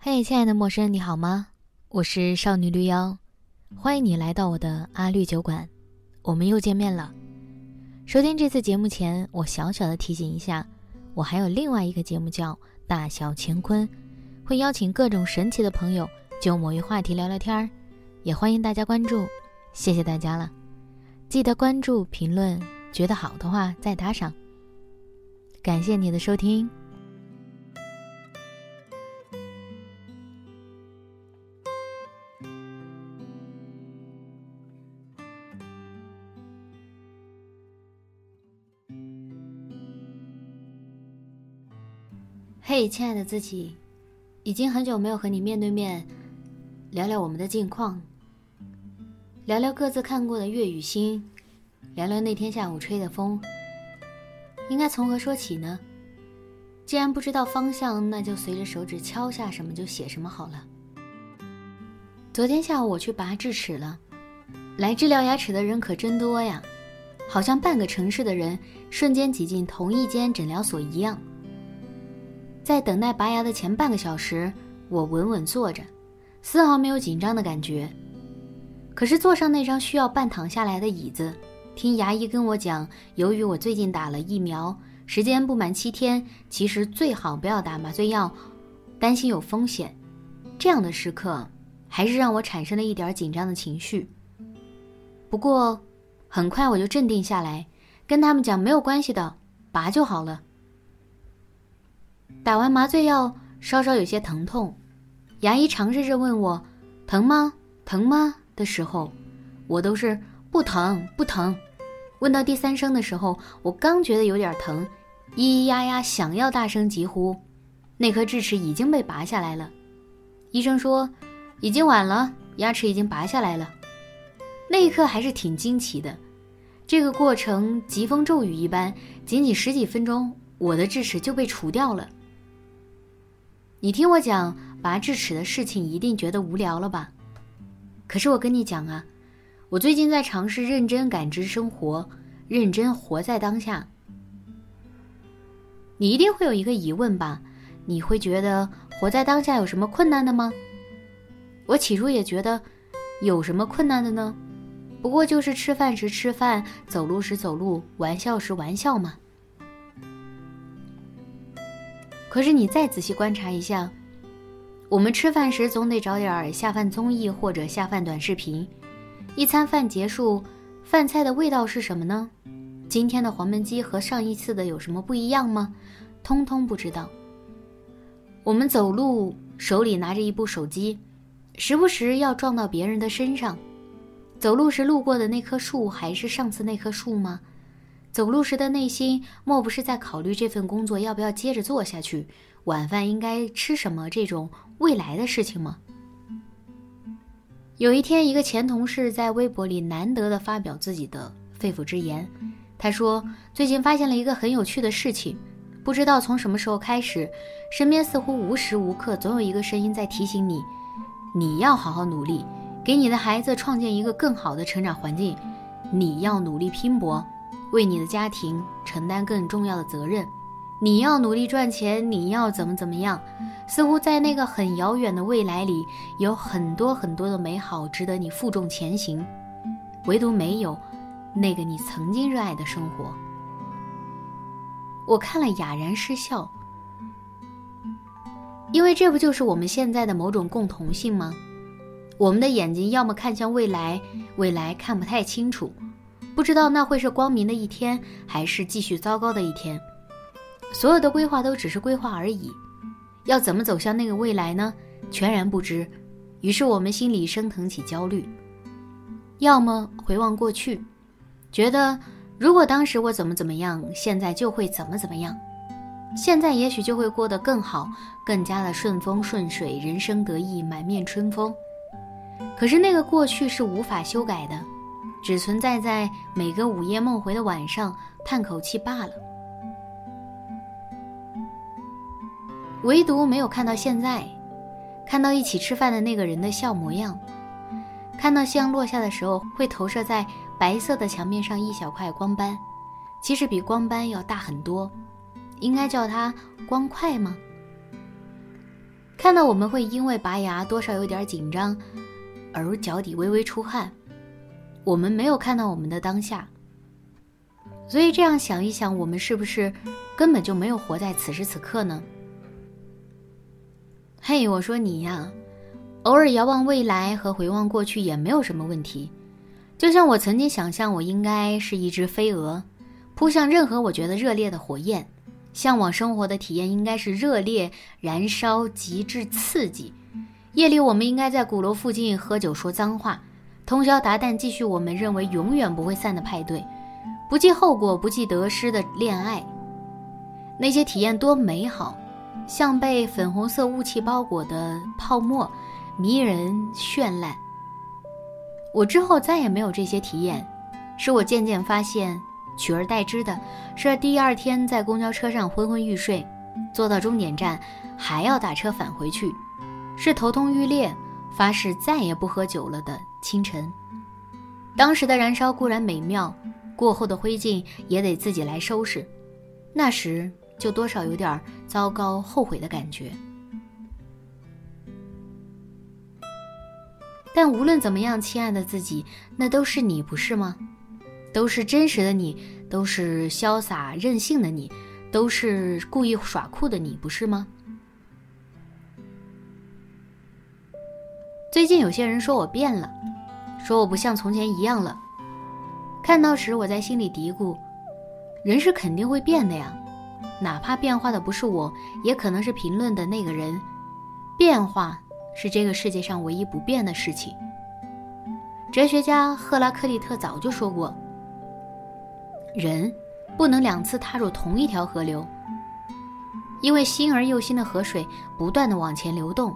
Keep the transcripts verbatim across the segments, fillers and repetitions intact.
嘿，亲爱的陌生人，你好吗？我是少女绿妖，欢迎你来到我的阿绿酒馆，我们又见面了。收听这次节目前，我小小的提醒一下，我还有另外一个节目叫大小乾坤，会邀请各种神奇的朋友就某一话题聊聊天，也欢迎大家关注，谢谢大家了。记得关注评论，觉得好的话再打赏。感谢你的收听。嘿，亲爱的自己，已经很久没有和你面对面聊聊我们的近况，聊聊各自看过的月与星，聊聊那天下午吹的风。应该从何说起呢？既然不知道方向，那就随着手指敲下什么就写什么好了。昨天下午我去拔智齿了，来治疗牙齿的人可真多呀，好像半个城市的人瞬间挤进同一间诊疗所一样。在等待拔牙的前半个小时，我稳稳坐着，丝毫没有紧张的感觉。可是坐上那张需要半躺下来的椅子，听牙医跟我讲，由于我最近打了疫苗，时间不满七天，其实最好不要打麻醉药，担心有风险。这样的时刻，还是让我产生了一点紧张的情绪。不过，很快我就镇定下来，跟他们讲没有关系的，拔就好了。打完麻醉药，稍稍有些疼痛，牙医尝试着问我疼吗疼吗的时候，我都是不疼不疼。问到第三声的时候，我刚觉得有点疼，咿咿呀呀想要大声疾呼，那颗智齿已经被拔下来了。医生说已经晚了，牙齿已经拔下来了。那一刻还是挺惊奇的，这个过程疾风骤雨一般，仅仅十几分钟，我的智齿就被除掉了。你听我讲拔智齿的事情，一定觉得无聊了吧？可是我跟你讲啊，我最近在尝试认真感知生活，认真活在当下。你一定会有一个疑问吧？你会觉得活在当下有什么困难的吗？我起初也觉得有什么困难的呢？不过就是吃饭时吃饭，走路时走路，玩笑时玩笑嘛。可是你再仔细观察一下，我们吃饭时总得找点下饭综艺或者下饭短视频，一餐饭结束，饭菜的味道是什么呢？今天的黄焖鸡和上一次的有什么不一样吗？通通不知道。我们走路手里拿着一部手机，时不时要撞到别人的身上。走路时路过的那棵树还是上次那棵树吗？走路时的内心莫不是在考虑这份工作要不要接着做下去，晚饭应该吃什么，这种未来的事情吗？有一天，一个前同事在微博里难得地发表自己的肺腑之言。他说最近发现了一个很有趣的事情，不知道从什么时候开始，身边似乎无时无刻总有一个声音在提醒你，你要好好努力，给你的孩子创建一个更好的成长环境，你要努力拼搏，为你的家庭承担更重要的责任，你要努力赚钱，你要怎么怎么样。似乎在那个很遥远的未来里，有很多很多的美好值得你负重前行，唯独没有那个你曾经热爱的生活。我看了哑然失笑，因为这不就是我们现在的某种共同性吗？我们的眼睛要么看向未来，未来看不太清楚，不知道那会是光明的一天，还是继续糟糕的一天。所有的规划都只是规划而已，要怎么走向那个未来呢？全然不知。于是我们心里升腾起焦虑，要么回望过去，觉得如果当时我怎么怎么样，现在就会怎么怎么样，现在也许就会过得更好，更加的顺风顺水，人生得意，满面春风。可是那个过去是无法修改的，只存在在每个午夜梦回的晚上，叹口气罢了。唯独没有看到现在，看到一起吃饭的那个人的笑模样，看到夕阳落下的时候会投射在白色的墙面上一小块光斑，其实比光斑要大很多，应该叫它光块吗？ 看到我们会因为拔牙多少有点紧张而脚底微微出汗，我们没有看到我们的当下。所以这样想一想，我们是不是根本就没有活在此时此刻呢？嘿，我说你呀，偶尔遥望未来和回望过去也没有什么问题。就像我曾经想象我应该是一只飞蛾，扑向任何我觉得热烈的火焰，向往生活的体验应该是热烈、燃烧、极致刺激。夜里我们应该在鼓楼附近喝酒说脏话，通宵达旦继续我们认为永远不会散的派对，不计后果不计得失的恋爱。那些体验多美好，像被粉红色雾气包裹的泡沫，迷人绚烂。我之后再也没有这些体验，使我渐渐发现，取而代之的是第二天在公交车上昏昏欲睡，坐到终点站还要打车返回去，是头痛欲裂，发誓再也不喝酒了的清晨。当时的燃烧固然美妙，过后的灰烬也得自己来收拾，那时就多少有点糟糕后悔的感觉。但无论怎么样，亲爱的自己，那都是你，不是吗？都是真实的你，都是潇洒任性的你，都是故意耍酷的你，不是吗？最近有些人说我变了，说我不像从前一样了。看到时我在心里嘀咕，人是肯定会变的呀，哪怕变化的不是我，也可能是评论的那个人。变化是这个世界上唯一不变的事情。哲学家赫拉克利特早就说过，人不能两次踏入同一条河流，因为新而又新的河水不断地往前流动。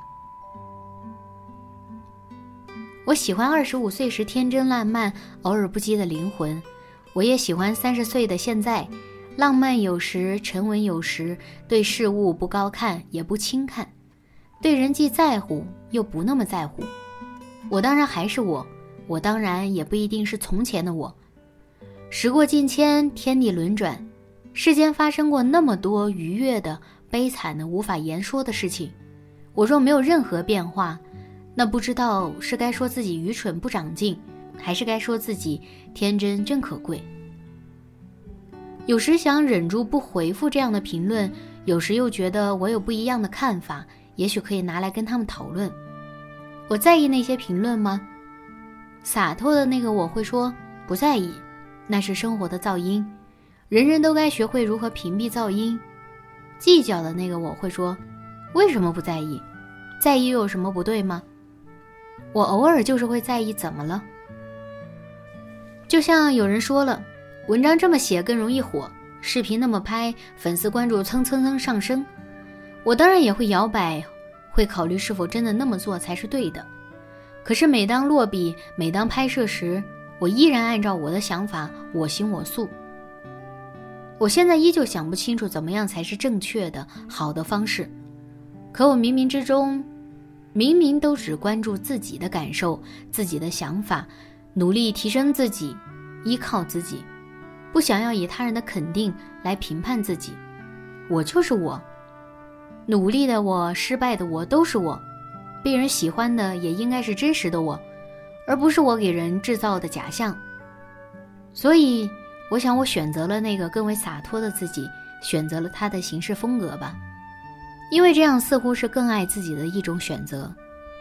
我喜欢二十五岁时天真烂漫、偶尔不羁的灵魂，我也喜欢三十岁的现在，浪漫有时，沉稳有时，对事物不高看也不轻看，对人既在乎又不那么在乎。我当然还是我，我当然也不一定是从前的我。时过境迁，天地轮转，世间发生过那么多愉悦的、悲惨的、无法言说的事情。我若没有任何变化，那不知道是该说自己愚蠢不长进，还是该说自己天真真可贵。有时想忍住不回复这样的评论，有时又觉得我有不一样的看法，也许可以拿来跟他们讨论。我在意那些评论吗？洒脱的那个我会说不在意，那是生活的噪音，人人都该学会如何屏蔽噪音。计较的那个我会说，为什么不在意？在意又有什么不对吗？我偶尔就是会在意，怎么了？就像有人说了，文章这么写更容易火，视频那么拍，粉丝关注蹭蹭蹭上升。我当然也会摇摆，会考虑是否真的那么做才是对的。可是每当落笔，每当拍摄时，我依然按照我的想法，我行我素。我现在依旧想不清楚怎么样才是正确的、好的方式。可我冥冥之中，明明都只关注自己的感受、自己的想法，努力提升自己，依靠自己，不想要以他人的肯定来评判自己。我就是我，努力的我，失败的我，都是我。被人喜欢的也应该是真实的我，而不是我给人制造的假象。所以我想我选择了那个更为洒脱的自己，选择了他的行事风格吧，因为这样似乎是更爱自己的一种选择。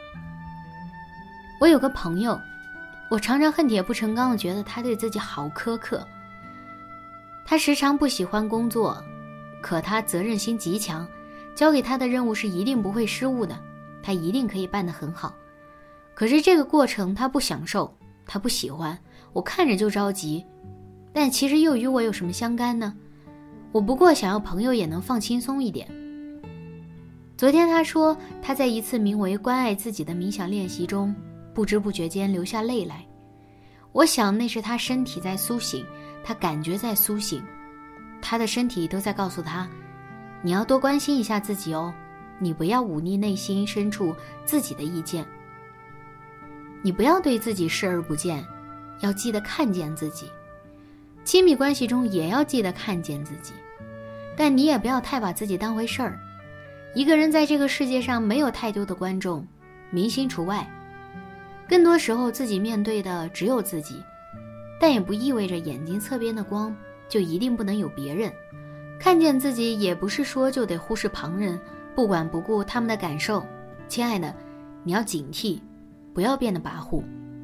我有个朋友，我常常恨铁不成钢地觉得他对自己好苛刻。他时常不喜欢工作，可他责任心极强，交给他的任务是一定不会失误的，他一定可以办得很好。可是这个过程他不享受，他不喜欢，我看着就着急。但其实又与我有什么相干呢？我不过想要朋友也能放轻松一点。昨天他说，他在一次名为关爱自己的冥想练习中，不知不觉间流下泪来。我想那是他身体在苏醒，他感觉在苏醒，他的身体都在告诉他，你要多关心一下自己哦，你不要忤逆内心深处自己的意见，你不要对自己视而不见，要记得看见自己。亲密关系中也要记得看见自己，但你也不要太把自己当回事儿。 一个人在这个世界上没有太多的观众，明星除外，更多时候自己面对的只有自己，但也不意味着眼睛侧边的光就一定不能有别人。看见自己也不是说就得忽视旁人，不管不顾他们的感受。亲爱的，你要警惕，不要变得跋扈。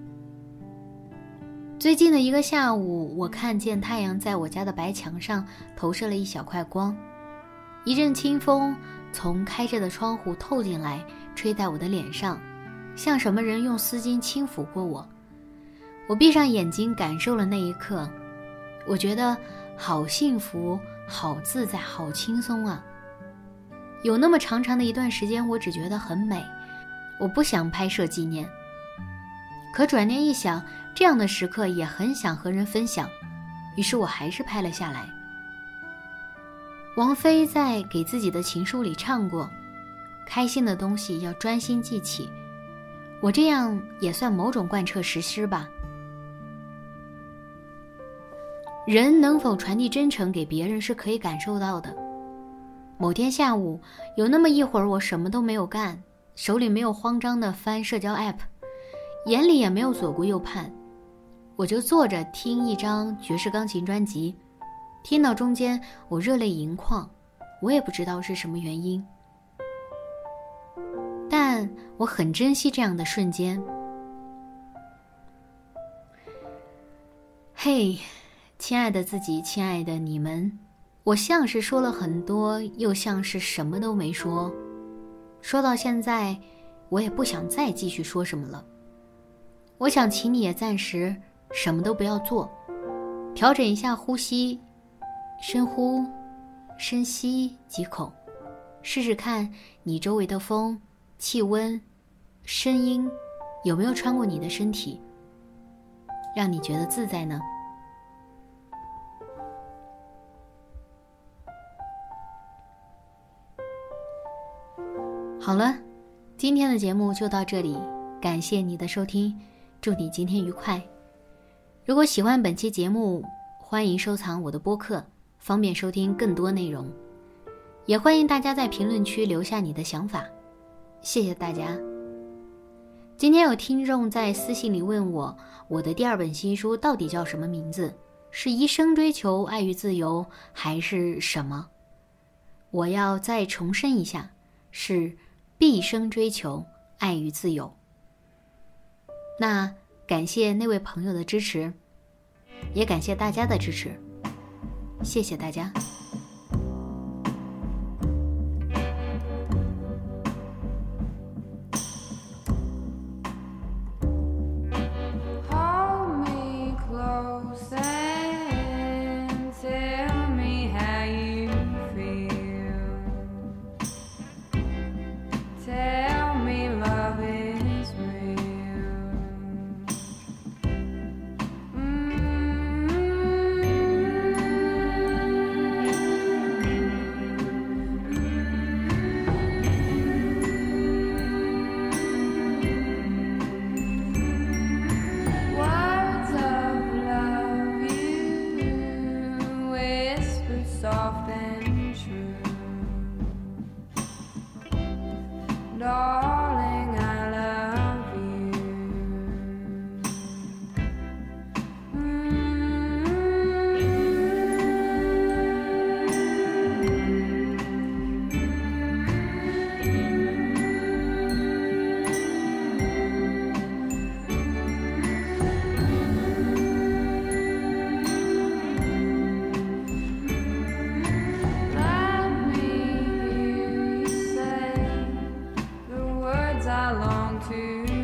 最近的一个下午，我看见太阳在我家的白墙上投射了一小块光，一阵清风从开着的窗户透进来，吹在我的脸上，像什么人用丝巾轻抚过我。我闭上眼睛感受了那一刻，我觉得好幸福，好自在，好轻松啊。有那么长长的一段时间，我只觉得很美，我不想拍摄纪念。可转念一想，这样的时刻也很想和人分享，于是我还是拍了下来。王菲在给自己的情书里唱过，开心的东西要专心记起，我这样也算某种贯彻实施吧。人能否传递真诚给别人是可以感受到的。某天下午，有那么一会儿我什么都没有干，手里没有慌张地翻社交 app， 眼里也没有左顾右盼，我就坐着听一张爵士钢琴专辑，听到中间我热泪盈眶，我也不知道是什么原因，但我很珍惜这样的瞬间。嘿，亲爱的自己，亲爱的你们，我像是说了很多，又像是什么都没说。说到现在，我也不想再继续说什么了。我想请你也暂时什么都不要做，调整一下呼吸，深呼，深吸几口，试试看你周围的风、气温、声音有没有穿过你的身体，让你觉得自在呢？好了，今天的节目就到这里，感谢你的收听，祝你今天愉快。如果喜欢本期节目，欢迎收藏我的播客，方便收听更多内容。也欢迎大家在评论区留下你的想法，谢谢大家。今天有听众在私信里问我，我的第二本新书到底叫什么名字？是一生追求爱与自由，还是什么？我要再重申一下，是毕生追求爱与自由。那感谢那位朋友的支持，也感谢大家的支持，谢谢大家。 Soft and true, darling, I love you. I long to